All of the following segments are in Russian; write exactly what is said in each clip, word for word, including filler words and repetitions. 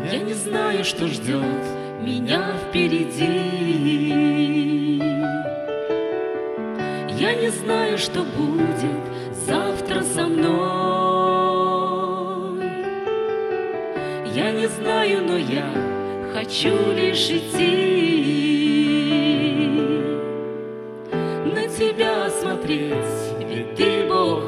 Я не знаю, что ждет меня впереди. Я не знаю, что будет завтра со мной. Я не знаю, но я хочу лишь идти, на тебя смотреть, ведь ты Бог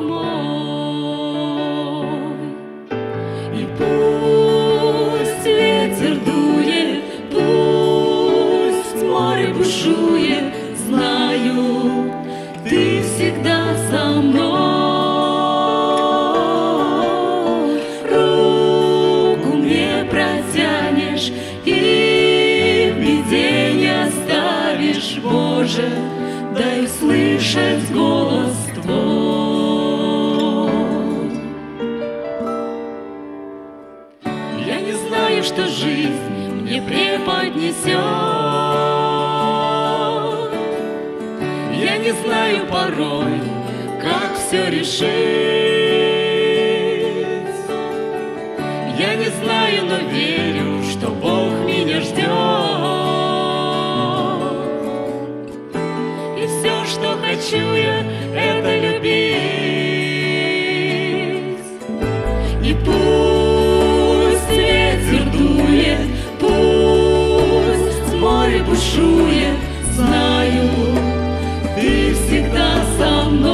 мой. И пусть ветер дует, пусть море бушует, знаю, ты всегда со мной. Руку мне протянешь и в беде не оставишь, Боже, дай услышать голос Твой. Я не знаю, что жизнь мне преподнесет. Я не знаю порой, как все решить. Я не знаю, но верю, что Бог меня ждет. И все, что хочу я, это любить. И пусть ветер дует, пусть море бушует, знаю, ты всегда со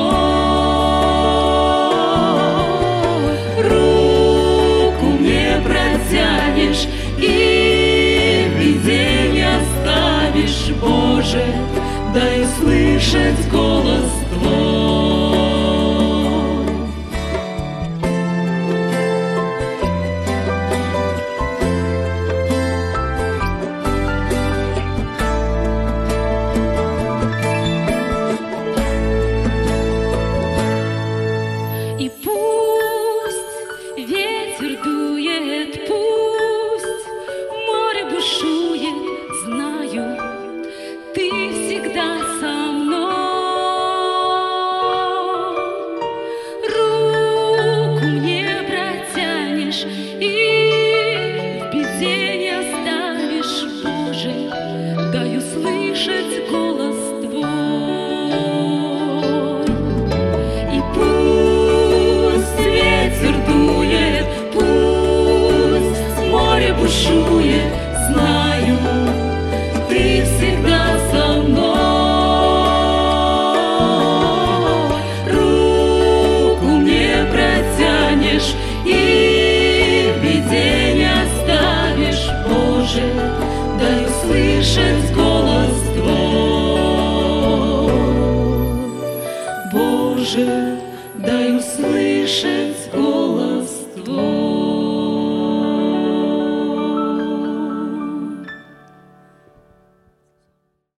мной. Руку мне протянешь и в беде не оставишь, Боже, дай услышать голос Твой. И пусть ветер дует, пусть море бушует, знаю, ты всегда со мной. Руку мне протянешь и в беде не оставишь, Боже, дай услышать голос Твой. И пусть ветер дует, пусть море бушует, знаю, ты всегда со мной. Руку мне протянешь и в беде не оставишь, Боже, дай услышать голос Твой. Боже, дай услышать голос